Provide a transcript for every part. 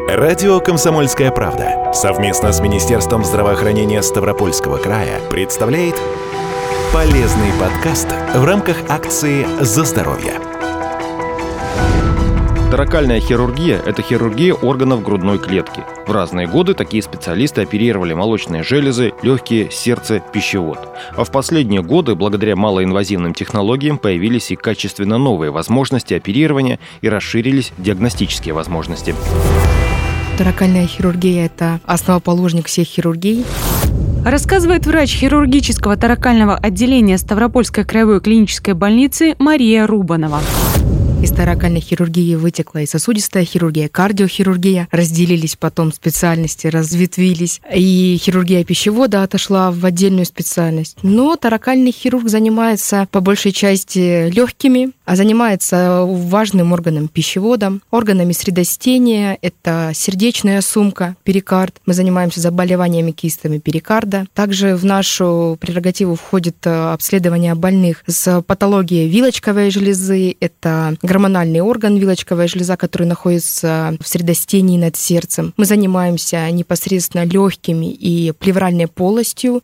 Радио «Комсомольская правда» совместно с Министерством здравоохранения Ставропольского края представляет полезный подкаст в рамках акции «За здоровье». Торакальная хирургия – это хирургия органов грудной клетки. В разные годы такие специалисты оперировали молочные железы, легкие, сердце, пищевод. А в последние годы, благодаря малоинвазивным технологиям, появились и качественно новые возможности оперирования и расширились диагностические возможности. Торакальная хирургия – это основоположник всех хирургий. Рассказывает врач хирургического торакального отделения Ставропольской краевой клинической больницы Мария Рубанова. Из торакальной хирургии вытекла и сосудистая хирургия, кардиохирургия. Разделились потом специальности, разветвились. И хирургия пищевода отошла в отдельную специальность. Но торакальный хирург занимается по большей части легкими, а занимается важным органом пищеводом, органами средостения. Это сердечная сумка, перикард. Мы занимаемся заболеваниями кистами перикарда. Также в нашу прерогативу входит обследование больных с патологией вилочковой железы. Это гормональный орган, вилочковая железа, который находится в средостении над сердцем. Мы занимаемся непосредственно легкими и плевральной полостью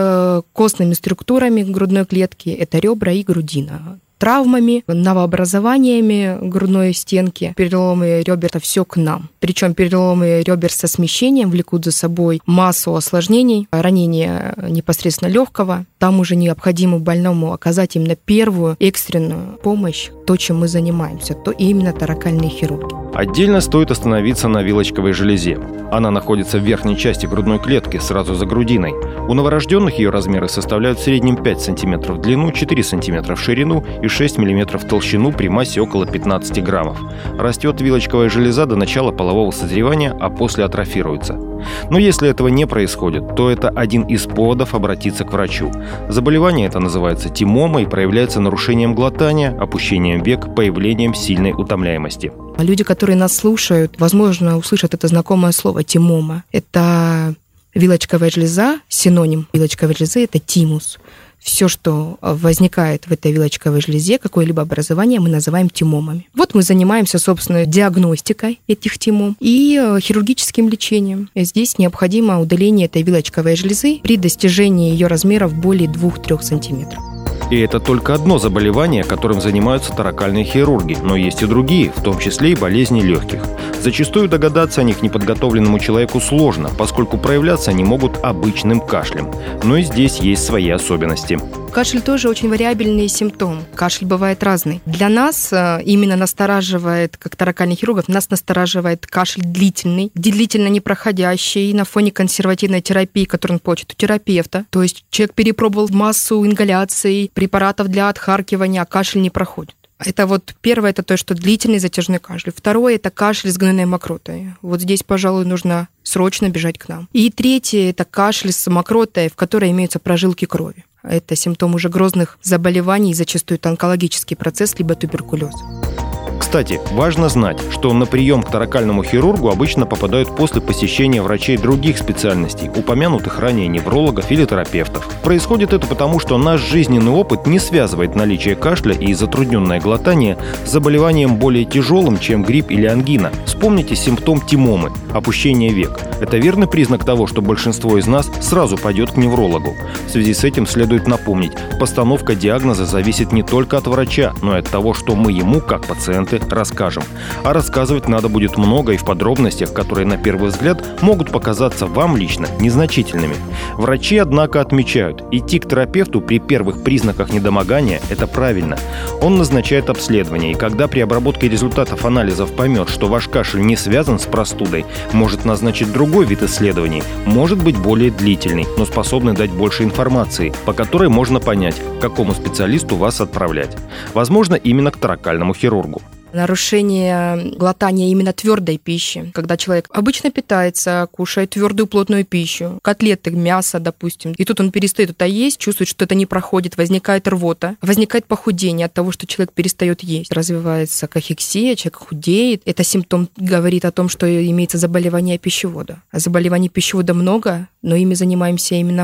и костными структурами грудной клетки. Это ребра и грудина. Травмами, новообразованиями грудной стенки, переломы ребер – это все к нам. Причем переломы ребер со смещением влекут за собой массу осложнений, ранения непосредственно легкого. Там уже необходимо больному оказать именно первую экстренную помощь, то, чем мы занимаемся, то именно торакальные хирурги. Отдельно стоит остановиться на вилочковой железе. Она находится в верхней части грудной клетки, сразу за грудиной. У новорожденных ее размеры составляют в среднем 5 см в длину, 4 см в ширину и 6 мм в толщину при массе около 15 граммов. Растет вилочковая железа до начала полового созревания, а после атрофируется. Но если этого не происходит, то это один из поводов обратиться к врачу. Заболевание это называется тимома и проявляется нарушением глотания, опущением век, появлением сильной утомляемости. Люди, которые нас слушают, возможно, услышат это знакомое слово «тимома». Это вилочковая железа, синоним вилочковой железы – это тимус. Все, что возникает в этой вилочковой железе, какое-либо образование, мы называем тимомами. Вот мы занимаемся, собственно, диагностикой этих тимом и хирургическим лечением. И здесь необходимо удаление этой вилочковой железы при достижении ее размеров более 2-3 сантиметров. И это только одно заболевание, которым занимаются торакальные хирурги, но есть и другие, в том числе и болезни легких. Зачастую догадаться о них неподготовленному человеку сложно, поскольку проявляться они могут обычным кашлем. Но и здесь есть свои особенности. Кашель тоже очень вариабельный симптом. Кашель бывает разный. Для нас именно настораживает, как торакальных хирургов, нас настораживает кашель длительный, длительно непроходящий на фоне консервативной терапии, которую он получит у терапевта. То есть человек перепробовал массу ингаляций, препаратов для отхаркивания, а кашель не проходит. Это вот первое, это то, что длительный затяжной кашель. Второе, это кашель с гнойной мокротой. Вот здесь, пожалуй, нужно срочно бежать к нам. И третье, это кашель с мокротой, в которой имеются прожилки крови. Это симптом уже грозных заболеваний, зачастую это онкологический процесс, либо туберкулез. Кстати, важно знать, что на прием к торакальному хирургу обычно попадают после посещения врачей других специальностей, упомянутых ранее неврологов или терапевтов. Происходит это потому, что наш жизненный опыт не связывает наличие кашля и затрудненное глотание с заболеванием более тяжелым, чем грипп или ангина. Вспомните симптом тимомы – опущение век. Это верный признак того, что большинство из нас сразу пойдет к неврологу. В связи с этим следует напомнить, постановка диагноза зависит не только от врача, но и от того, что мы ему, как пациенты, расскажем. А рассказывать надо будет много и в подробностях, которые на первый взгляд могут показаться вам лично незначительными. Врачи, однако, отмечают, идти к терапевту при первых признаках недомогания – это правильно. Он назначает обследование, и когда при обработке результатов анализов поймет, что ваш кашель не связан с простудой, может назначить другой вид исследований, может быть более длительный, но способный дать больше информации, по которой можно понять, к какому специалисту вас отправлять. Возможно, именно к торакальному хирургу. Нарушение глотания именно твердой пищи, когда человек обычно питается, кушает твердую плотную пищу, котлеты, мясо, допустим, и тут он перестает это есть, чувствует, что это не проходит, возникает рвота, возникает похудение от того, что человек перестает есть, развивается кахексия, человек худеет. Это симптом говорит о том, что имеется заболевание пищевода. А заболеваний пищевода много, но ими занимаемся именно мы.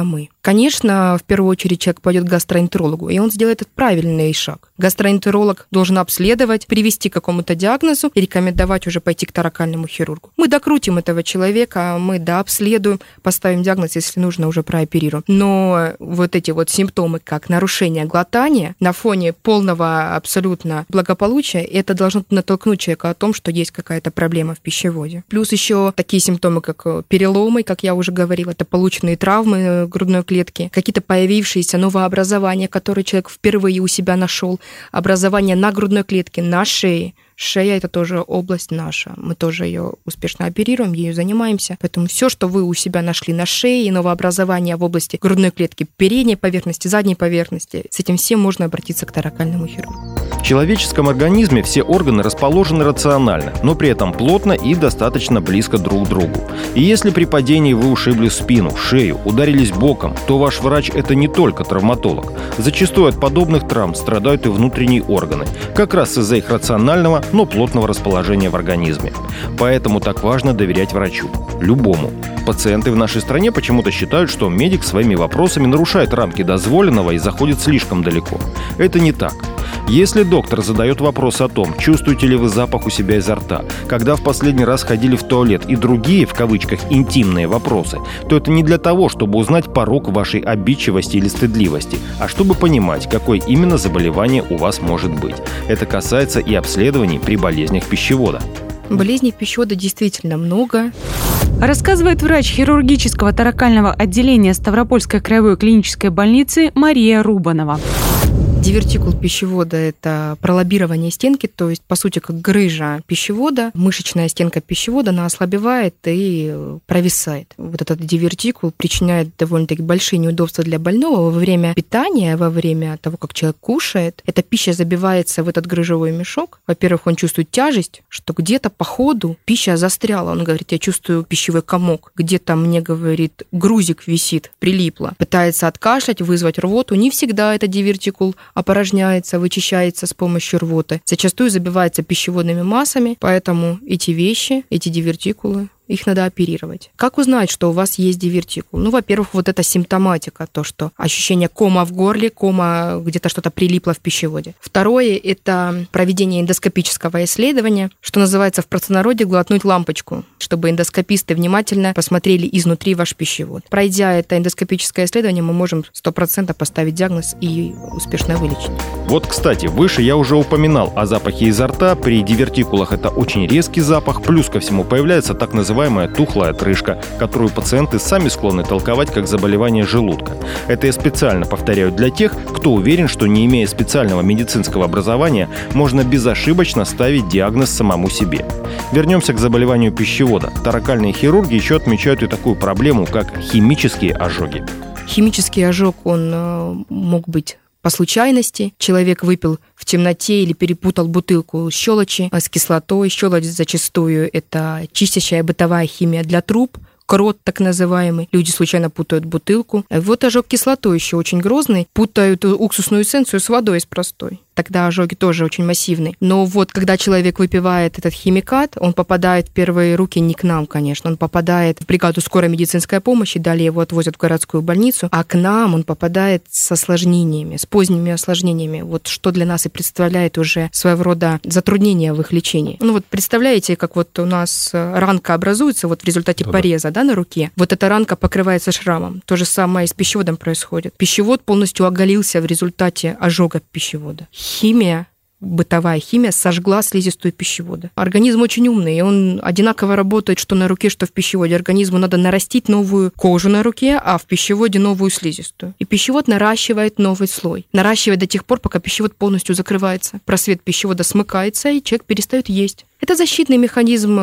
Конечно, в первую очередь человек пойдет к гастроэнтерологу, и он сделает этот правильный шаг. Гастроэнтеролог должен обследовать, привести к какому-то диагнозу и рекомендовать уже пойти к таракальному хирургу. Мы докрутим этого человека, мы дообследуем, поставим диагноз, если нужно, уже прооперируем. Но вот эти вот симптомы, как нарушение глотания, на фоне полного абсолютно благополучия, это должно натолкнуть человека о том, что есть какая-то проблема в пищеводе. Плюс еще такие симптомы, как переломы, как я уже говорила, это полученные травмы грудной клетки, какие-то появившиеся новообразования, которые человек впервые у себя нашел, образование на грудной клетке, на шее. Шея – это тоже область наша. Мы тоже ее успешно оперируем, ею занимаемся. Поэтому все, что вы у себя нашли на шее, новообразования в области грудной клетки, передней поверхности, задней поверхности, с этим всем можно обратиться к таракальному хирургу. В человеческом организме все органы расположены рационально, но при этом плотно и достаточно близко друг к другу. И если при падении вы ушибли спину, шею, ударились боком, то ваш врач – это не только травматолог. Зачастую от подобных травм страдают и внутренние органы, как раз из-за их рационального, но плотного расположения в организме. Поэтому так важно доверять врачу. Любому. Пациенты в нашей стране почему-то считают, что медик своими вопросами нарушает рамки дозволенного и заходит слишком далеко. Это не так. Если доктор задает вопрос о том, чувствуете ли вы запах у себя изо рта, когда в последний раз ходили в туалет и другие, в кавычках, интимные вопросы, то это не для того, чтобы узнать порог вашей обидчивости или стыдливости, а чтобы понимать, какое именно заболевание у вас может быть. Это касается и обследований при болезнях пищевода. Болезней пищевода действительно много. Рассказывает врач хирургического таракального отделения Ставропольской краевой клинической больницы Мария Рубанова. Дивертикул пищевода – это пролоббирование стенки, то есть, по сути, как грыжа пищевода. Мышечная стенка пищевода, она ослабевает и провисает. Вот этот дивертикул причиняет довольно-таки большие неудобства для больного во время питания, во время того, как человек кушает. Эта пища забивается в этот грыжевой мешок. Во-первых, он чувствует тяжесть, что где-то по ходу пища застряла. Он говорит, я чувствую пищевой комок. Где-то мне, говорит, грузик висит, прилипло. Пытается откашлять, вызвать рвоту. Не всегда это дивертикул опорожняется, вычищается с помощью рвоты. Зачастую забивается пищеводными массами, поэтому эти вещи, эти дивертикулы, их надо оперировать. Как узнать, что у вас есть дивертикул? Ну, во-первых, вот эта симптоматика, то, что ощущение кома в горле, кома, где-то что-то прилипло в пищеводе. Второе – это проведение эндоскопического исследования, что называется в простонародье глотнуть лампочку, чтобы эндоскописты внимательно посмотрели изнутри ваш пищевод. Пройдя это эндоскопическое исследование, мы можем 100% поставить диагноз и успешно вылечить. Вот, кстати, выше я уже упоминал о запахе изо рта. При дивертикулах это очень резкий запах, плюс ко всему появляется так называемая тухлая отрыжка, которую пациенты сами склонны толковать как заболевание желудка. Это я специально повторяю для тех, кто уверен, что не имея специального медицинского образования, можно безошибочно ставить диагноз самому себе. Вернемся к заболеванию пищевода. Таракальные хирурги еще отмечают и такую проблему, как химические ожоги. Химический ожог, он мог быть по случайности. Человек выпил в темноте или перепутал бутылку щелочи с кислотой. Щелочь зачастую это чистящая бытовая химия для труб. Крот так называемый. Люди случайно путают бутылку. Вот ожог кислотой еще очень грозный. Путают уксусную эссенцию с водой, с простой. Тогда ожоги тоже очень массивные. Но вот когда человек выпивает этот химикат, он попадает в первые руки не к нам, конечно. Он попадает в бригаду скорой медицинской помощи, далее его отвозят в городскую больницу, а к нам он попадает с осложнениями, с поздними осложнениями. Вот что для нас и представляет уже своего рода затруднения в их лечении. Ну вот представляете, как вот у нас ранка образуется вот в результате пореза, да, на руке. Вот эта ранка покрывается шрамом. То же самое и с пищеводом происходит. Пищевод полностью оголился в результате ожога пищевода. Химия, бытовая химия сожгла слизистую пищевода. Организм очень умный, и он одинаково работает что на руке, что в пищеводе. Организму надо нарастить новую кожу на руке, а в пищеводе новую слизистую. И пищевод наращивает новый слой. Наращивает до тех пор, пока пищевод полностью закрывается. Просвет пищевода смыкается, и человек перестает есть. Это защитный механизм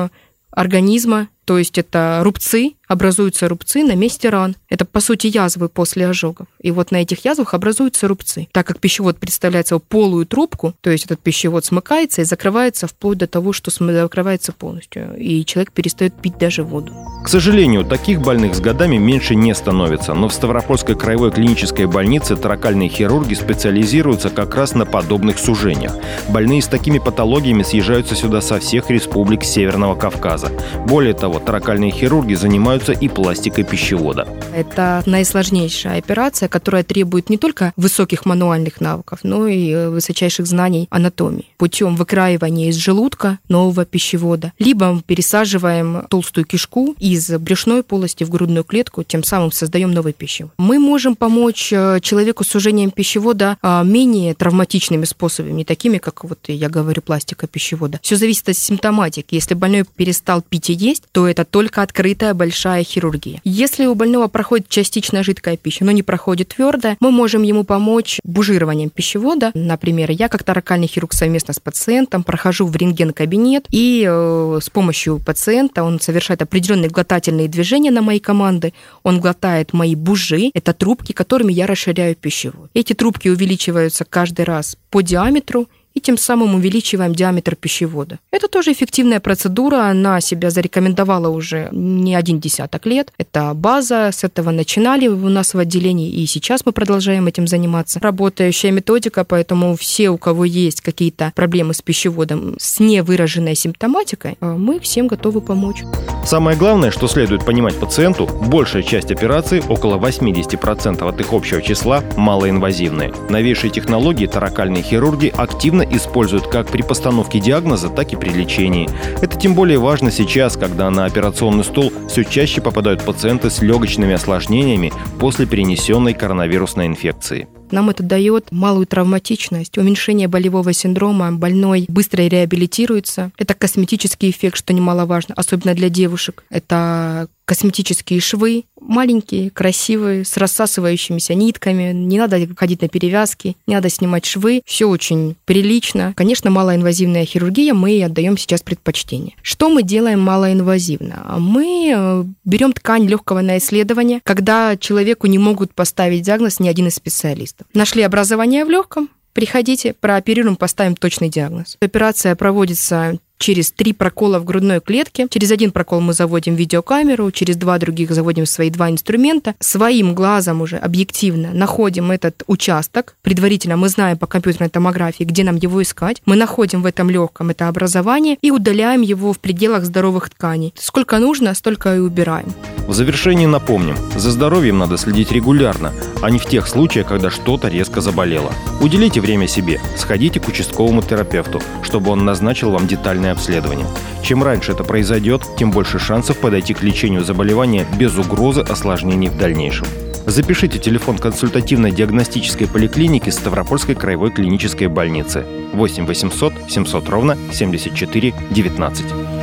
организма, то есть это рубцы, образуются рубцы на месте ран. Это, по сути, язвы после ожогов. И вот на этих язвах образуются рубцы. Так как пищевод представляет собой полую трубку, то есть этот пищевод смыкается и закрывается вплоть до того, что закрывается полностью. И человек перестает пить даже воду. К сожалению, таких больных с годами меньше не становится, но в Ставропольской краевой клинической больнице таракальные хирурги специализируются как раз на подобных сужениях. Больные с такими патологиями съезжаются сюда со всех республик Северного Кавказа. Более того, того, таракальные хирурги занимаются и пластикой пищевода. Это наисложнейшая операция, которая требует не только высоких мануальных навыков, но и высочайших знаний анатомии. Путем выкраивания из желудка нового пищевода, либо мы пересаживаем толстую кишку из брюшной полости в грудную клетку, тем самым создаем новый пищевод. Мы можем помочь человеку с сужением пищевода менее травматичными способами, не такими, как вот я говорю, пластика пищевода. Все зависит от симптоматики. Если больной перестал пить и есть, то это только открытая большая хирургия. Если у больного проходит частично жидкая пища, но не проходит твердая, мы можем ему помочь бужированием пищевода. Например, я как таракальный хирург совместно с пациентом прохожу в рентген-кабинет, и с помощью пациента он совершает определенные глотательные движения на мои команды. Он глотает мои бужи, это трубки, которыми я расширяю пищевод. Эти трубки увеличиваются каждый раз по диаметру, и тем самым увеличиваем диаметр пищевода. Это тоже эффективная процедура, она себя зарекомендовала уже не 10 лет. Это база, с этого начинали у нас в отделении, и сейчас мы продолжаем этим заниматься. Работающая методика, поэтому все, у кого есть какие-то проблемы с пищеводом, с невыраженной симптоматикой, мы всем готовы помочь. Самое главное, что следует понимать пациенту, большая часть операций, около 80% от их общего числа, малоинвазивные. Новейшие технологии таракальные хирурги активно используют как при постановке диагноза, так и при лечении. Это тем более важно сейчас, когда на операционный стол все чаще попадают пациенты с легочными осложнениями после перенесенной коронавирусной инфекции. Нам это дает малую травматичность, уменьшение болевого синдрома, больной быстро реабилитируется. Это косметический эффект, что немаловажно, особенно для девушек. Это косметические швы, маленькие, красивые, с рассасывающимися нитками. Не надо ходить на перевязки, не надо снимать швы. Все очень прилично. Конечно, малоинвазивная хирургия, мы ей отдаем сейчас предпочтение. Что мы делаем малоинвазивно? Мы берем ткань легкого на исследование, когда человеку не могут поставить диагноз ни один из специалистов. Нашли образование в легком, приходите, прооперируем, поставим точный диагноз. Операция проводится через 3 прокола в грудной клетке. Через 1 прокол мы заводим видеокамеру, через 2 других заводим свои 2 инструмента. Своим глазом уже объективно находим этот участок. Предварительно мы знаем по компьютерной томографии, где нам его искать. Мы находим в этом легком это образование и удаляем его в пределах здоровых тканей. Сколько нужно, столько и убираем. В завершении напомним, за здоровьем надо следить регулярно, а не в тех случаях, когда что-то резко заболело. Уделите время себе, сходите к участковому терапевту, чтобы он назначил вам детальное обследование. Чем раньше это произойдет, тем больше шансов подойти к лечению заболевания без угрозы осложнений в дальнейшем. Запишите телефон консультативной диагностической поликлиники Ставропольской краевой клинической больницы 8 800 700 ровно 74 19.